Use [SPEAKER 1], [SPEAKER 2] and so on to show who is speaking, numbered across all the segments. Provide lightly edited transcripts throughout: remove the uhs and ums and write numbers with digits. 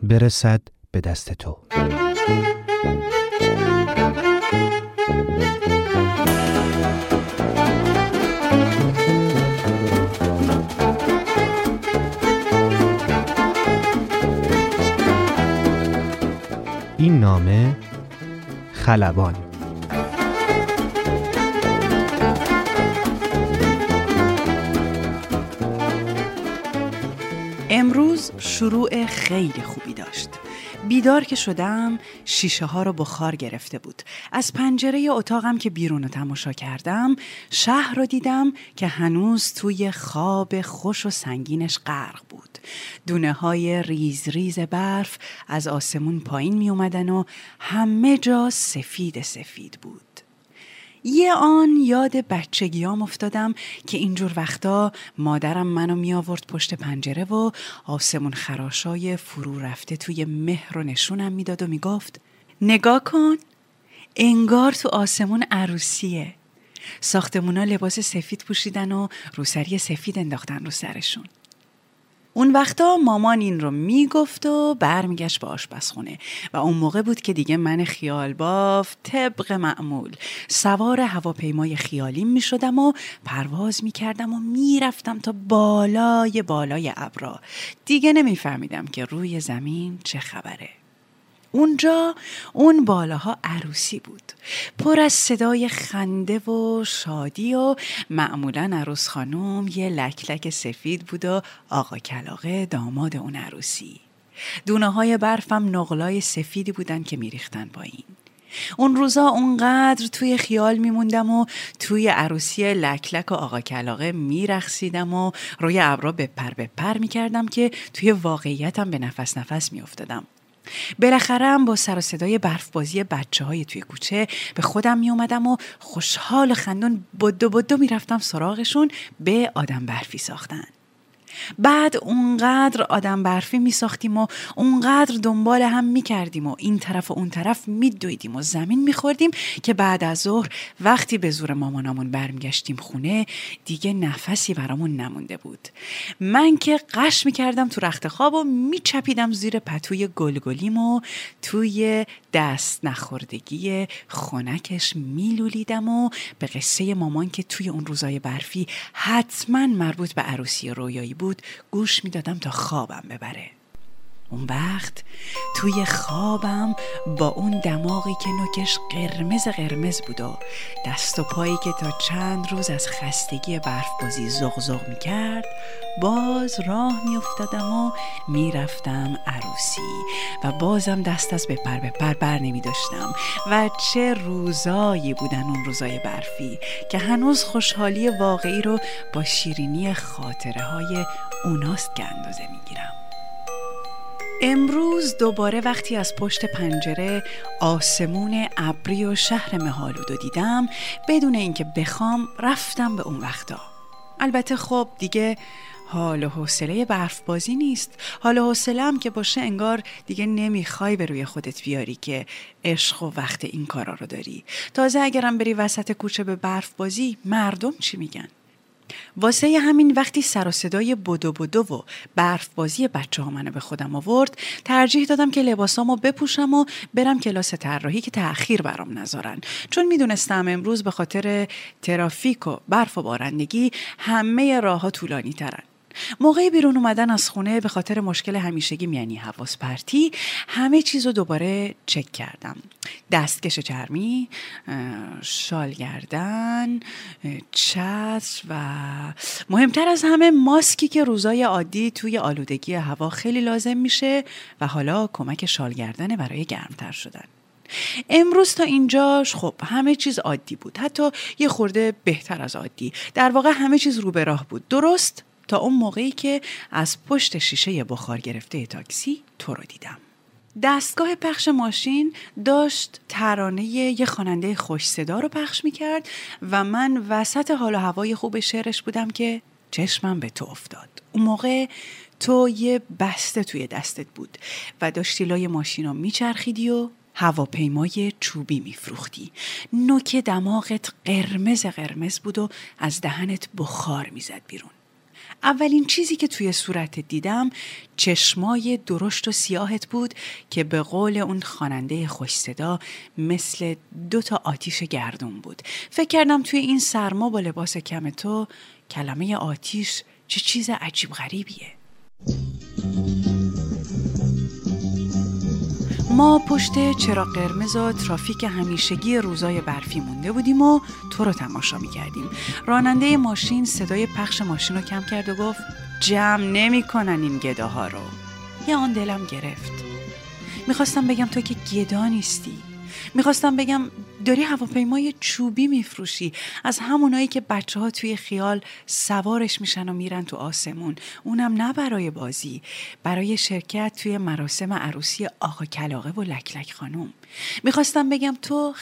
[SPEAKER 1] برسد به دست تو. این نامه خلبان.
[SPEAKER 2] امروز شروع خیلی خوبی داشت. بیدار که شدم شیشه ها رو بخار گرفته بود. از پنجره اتاقم که بیرون رو تماشا کردم شهر رو دیدم که هنوز توی خواب خوش و سنگینش غرق بود. دونه های ریز ریز برف از آسمون پایین می اومدن و همه جا سفید سفید بود. یه آن یاد بچگیام افتادم که اینجور وقتا مادرم منو می آورد پشت پنجره و آسمون خراشای فرو رفته توی مهر و نشونم میداد و میگفت نگاه کن، انگار تو آسمون عروسیه. ساختمونا لباس سفید پوشیدن و روسری سفید انداختن رو سرشون. اون وقتا مامان این رو میگفت و برمیگشت به آشپزخونه و اون موقع بود که دیگه من خیال باف طبق معمول سوار هواپیمای خیالیم میشدم و پرواز میکردم و میرفتم تا بالای ابرا. دیگه نمیفهمیدم که روی زمین چه خبره. اونجا اون بالاها عروسی بود، پر از صدای خنده و شادی و معمولاً عروس خانم یه لکلک سفید بود و آقا کلاغه داماد اون عروسی. دونه های برفم نقلای سفیدی بودن که میریختن پایین. اون روزا اونقدر توی خیال میموندم و توی عروسی لکلک و آقا کلاغه میرقصیدم و روی ابرا بپر میکردم که توی واقعیتم به نفس میافتادم. بالاخره هم با سر و صدای برفبازی بچه‌های توی کوچه به خودم می اومدم و خوشحال خندون بدو می رفتم سراغشون به آدم برفی ساختن. بعد اونقدر آدم برفی می ساختیم و اونقدر دنبال هم می کردیم و این طرف و اون طرف می دویدیم و زمین می خوردیم که بعد از ظهر وقتی به زور مامانمون برمیگشتیم خونه دیگه نفسی برامون نمونده بود. من که قش می کردم تو رخت خواب و می چپیدم زیر پتوی گلگلیم و توی دست نخوردگی خنکش می لولیدم و به قصه مامان که توی اون روزای برفی حتما مربوط به عروسی رویایی بود گوش می دادم تا خوابم ببره. اون وقت توی خوابم با اون دماغی که نوکش قرمز بود و دست و پایی که تا چند روز از خستگی برفبازی زغزغ می کرد باز راه می افتادم و می رفتم عروسی و بازم دست از بپر بر نمی داشتم. و چه روزایی بودن اون روزای برفی که هنوز خوشحالی واقعی رو با شیرینی خاطره های اوناست که اندازه می گیرم. امروز دوباره وقتی از پشت پنجره آسمون ابری و شهر مه‌آلود رو دیدم بدون اینکه بخوام رفتم به اون وقتا. البته خب دیگه حال و حوصله برفبازی نیست. حال و حوصله هم که باشه انگار دیگه نمیخوای به روی خودت بیاری که عشق و وقت این کارا رو داری. تازه اگرم بری وسط کوچه به برفبازی مردم چی میگن؟ واسه همین وقتی سر و صدای بدو و برفبازی بچه ها منو به خودم آورد ترجیح دادم که لباسامو بپوشم و برم کلاس طراحی که تأخیر برام نذارن، چون میدونستم امروز به خاطر ترافیک و برف و بارندگی همه راه‌ها طولانی ترن. موقع بیرون اومدن از خونه به خاطر مشکل همیشگیم یعنی حواس پرتی همه چیزو دوباره چک کردم. دستکش چرمی، شال گردن، چتر و مهمتر از همه ماسکی که روزای عادی توی آلودگی هوا خیلی لازم میشه و حالا کمک شال گردنه برای گرمتر شدن. امروز تا اینجاش خب همه چیز عادی بود، حتی یه خورده بهتر از عادی. در واقع همه چیز رو به راه بود، درست تا اون موقعی که از پشت شیشه بخار گرفته تاکسی تو رو دیدم. دستگاه پخش ماشین داشت ترانه یه خواننده خوش صدا رو پخش میکرد و من وسط حال و هوای خوب شعرش بودم که چشمم به تو افتاد. اون موقع تو یه بسته توی دستت بود و داشتی لای ماشین رو میچرخیدی و هواپیمای چوبی میفروختی. نوک دماغت قرمز بود و از دهنت بخار میزد بیرون. اولین چیزی که توی صورتت دیدم چشمای درشت و سیاهت بود که به قول اون خواننده خوش صدا مثل 2 آتیش گردون بود. فکر کردم توی این سرما با لباس کم تو کلمه آتیش چه چیز عجیب غریبیه. ما پشت چراغ قرمز و ترافیک همیشگی روزای برفی مونده بودیم و تو رو تماشا می‌کردیم. راننده ماشین صدای پخش ماشین رو کم کرد و گفت جمع نمی‌کنن این گداها رو. یه آن دلم گرفت. میخواستم بگم تو که گدا نیستی. میخواستم بگم داری هواپیمای چوبی میفروشی، از همونایی که بچه‌ها توی خیال سوارش میشن و میرن تو آسمون، اونم نه برای بازی، برای شرکت توی مراسم عروسی آقا کلاغه و لکلک خانم. میخواستم بگم تو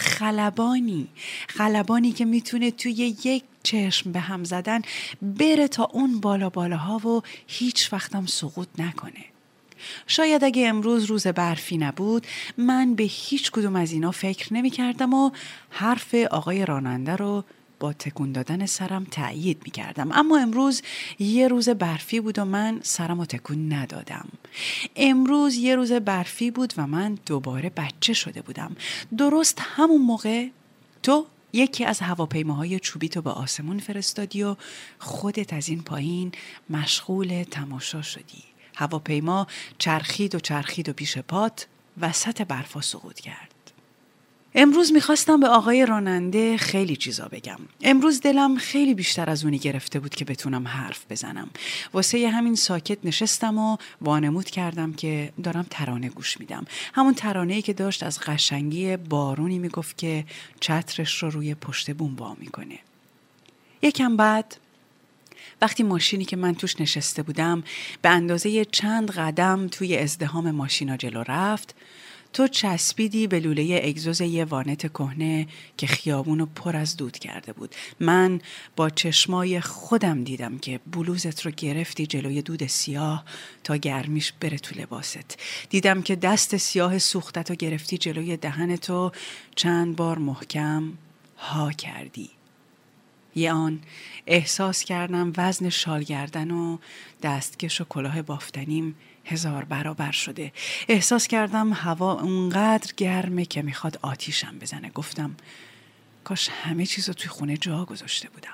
[SPEAKER 2] خلبانی که میتونه توی یک چشم به هم زدن بره تا اون بالاها و هیچ وقتم سقوط نکنه. شاید اگه امروز روز برفی نبود من به هیچ کدوم از اینا فکر نمی کردم و حرف آقای راننده رو با تکون دادن سرم تأیید می کردم. اما امروز یه روز برفی بود و من سرم رو تکون ندادم. امروز یه روز برفی بود و من دوباره بچه شده بودم. درست همون موقع تو یکی از هواپیماهای چوبی تو به آسمون فرستادی و خودت از این پایین مشغول تماشا شدی. هواپیما چرخید و پیش پات وسط برفا سقوط کرد. امروز میخواستم به آقای راننده خیلی چیزا بگم. امروز دلم خیلی بیشتر از اونی گرفته بود که بتونم حرف بزنم. واسه همین ساکت نشستم و وانمود کردم که دارم ترانه گوش میدم. همون ترانه‌ای که داشت از قشنگی بارونی میگفت که چترش رو روی پشت بوم وا میکنه. یکم بعد وقتی ماشینی که من توش نشسته بودم به اندازه چند قدم توی ازدحام ماشینا جلو رفت، تو چسبیدی به لوله اگزوز یه وانت کهنه که خیابونو پر از دود کرده بود. من با چشمای خودم دیدم که بلوزت رو گرفتی جلوی دود سیاه تا گرمیش بره تو لباست. دیدم که دست سیاه سوختت رو گرفتی جلوی دهنتو چند بار محکم ها کردی. یه آن احساس کردم وزن شال گردن و دستکش و کلاه بافتنیم 1000 برابر شده. احساس کردم هوا اونقدر گرمه که میخواد آتیشم بزنه. گفتم کاش همه چیزو توی خونه جا گذاشته بودم.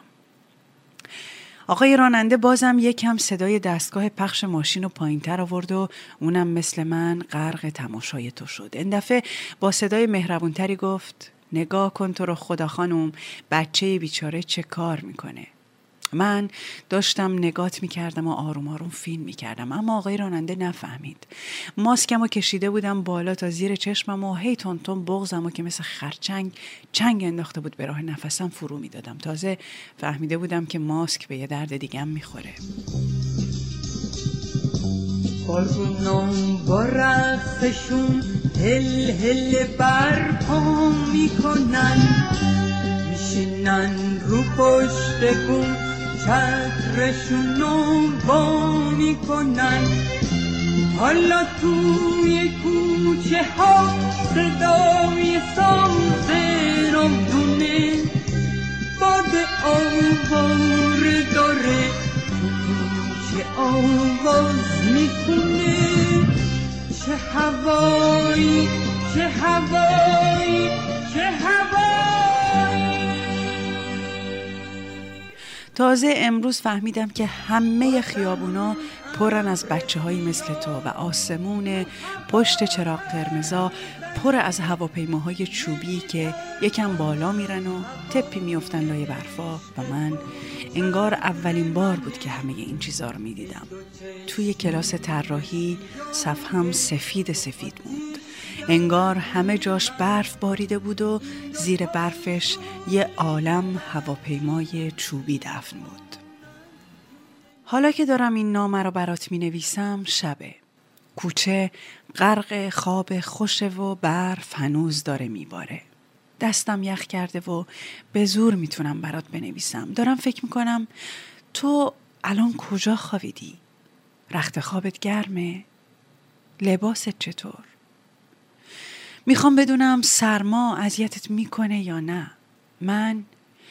[SPEAKER 2] آقای راننده بازم یکم صدای دستگاه پخش ماشین رو پایین‌تر آورد و اونم مثل من غرق تماشای تو شد. این دفعه با صدای مهربونتری گفت نگاه کن تو رو خدا خانم، بچه بیچاره چه کار میکنه. من داشتم نگات میکردم و آروم آروم فیلم میکردم، اما آقای راننده نفهمید. ماسکم رو کشیده بودم بالا تا زیر چشمم و هی تون تون بغزم رو که مثل خرچنگ چنگ انداخته بود به راه نفسم فرو میدادم. تازه فهمیده بودم که ماسک به یه درد دیگم میخوره.
[SPEAKER 3] بارونام با رقصشون هل هل برپا میکنن، میشینن رو پشت بوم چترشونو با میکنن. حالا توی کوچه ها صدای ساز رامدونه باد آواره داره که آواز میخونه. چه هوایی چه هوایی چه هوایی.
[SPEAKER 2] تازه امروز فهمیدم که همه خیابونا پرن از بچه‌هایی مثل تو و آسمون پشت چراغ قرمزا پر از هواپیماهای چوبی که یکم بالا میرن و تپی میافتن لای برفا و من انگار اولین بار بود که همه این چیزا رو میدیدم. توی کلاس طراحی صفحه‌ام سفید موند. انگار همه جاش برف باریده بود و زیر برفش یه عالم هواپیمای چوبی دفن بود. حالا که دارم این نامه رو برات می نویسم شبه. کوچه غرق خواب خوشه و برف هنوز داره میباره. دستم یخ کرده و به زور میتونم برات بنویسم. دارم فکر میکنم تو الان کجا خوابیدی؟ رخت خوابت گرمه؟ لباست چطور؟ میخوام بدونم سرما اذیتت میکنه یا نه. من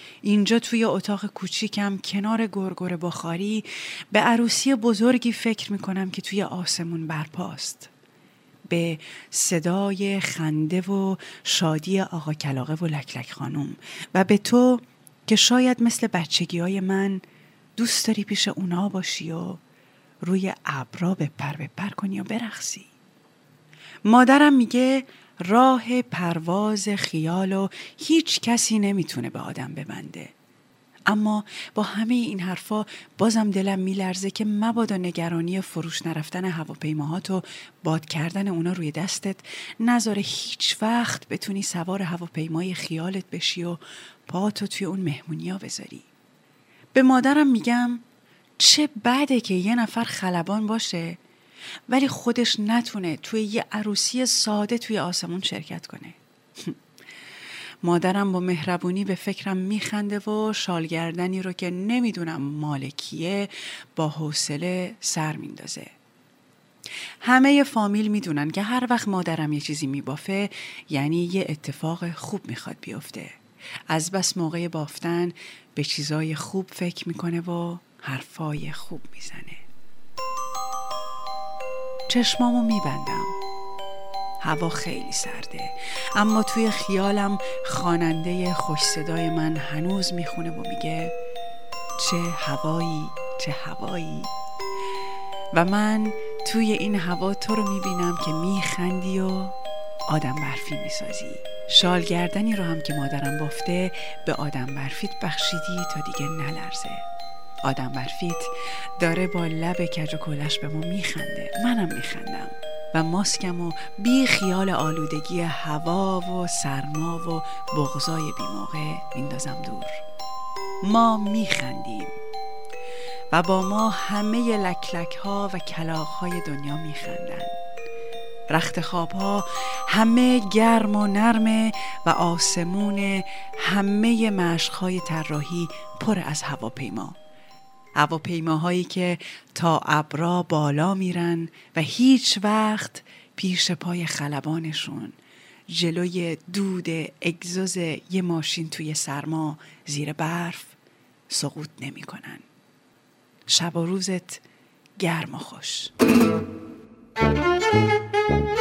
[SPEAKER 2] اینجا توی اتاق کوچیکم کنار گرگر بخاری به عروسی بزرگی فکر میکنم که توی آسمون برپاست. به صدای خنده و شادی آقا کلاغه و لکلک خانم و به تو که شاید مثل بچگیای من دوست داری پیش اونا باشی و روی ابرا بپر کنی و برقصی. مادرم میگه راه پرواز خیال و هیچ کسی نمیتونه به آدم ببنده. اما با همه این حرفا بازم دلم میلرزه که مبادا نگرانی فروش نرفتن هواپیماهات و باد کردن اونا روی دستت نذاره هیچ وقت بتونی سوار هواپیمای خیالت بشی و پاتو توی اون مهمونیا بذاری. به مادرم میگم چه بده که یه نفر خلبان باشه ولی خودش نتونه توی یه عروسی ساده توی آسمون شرکت کنه. مادرم با مهربونی به فکرم میخنده و شالگردنی رو که نمیدونم مالکیه با حوصله سر میندازه. همه فامیل میدونن که هر وقت مادرم یه چیزی میبافه یعنی یه اتفاق خوب میخواد بیفته. از بس موقع بافتن به چیزای خوب فکر میکنه و حرفای خوب میزنه. چشمامو میبندم. هوا خیلی سرده اما توی خیالم خواننده خوش صدای من هنوز میخونه و میگه چه هوایی چه هوایی. و من توی این هوا تو رو میبینم که میخندی و آدم برفی میسازی. شالگردنی رو هم که مادرم بافته به آدم برفیت بخشیدی تا دیگه نلرزه. آدم برفیت داره با لب کج و کلش به ما میخنده. منم میخندم و ماسکم و بی خیال آلودگی هوا و سرما و بغضای بی موقع میندازم دور. ما میخندیم و با ما همه لکلک ها و کلاغ های دنیا میخندن. رخت خواب ها همه گرم و نرمه و آسمون همه مشق های طراحی پر از هواپیما. هواپیماهایی که تا ابرا بالا میرن و هیچ وقت پیش پای خلبانشون جلوی دود اگزوز یه ماشین توی سرما زیر برف سقوط نمی کنن. شب و روزت گرم و خوش.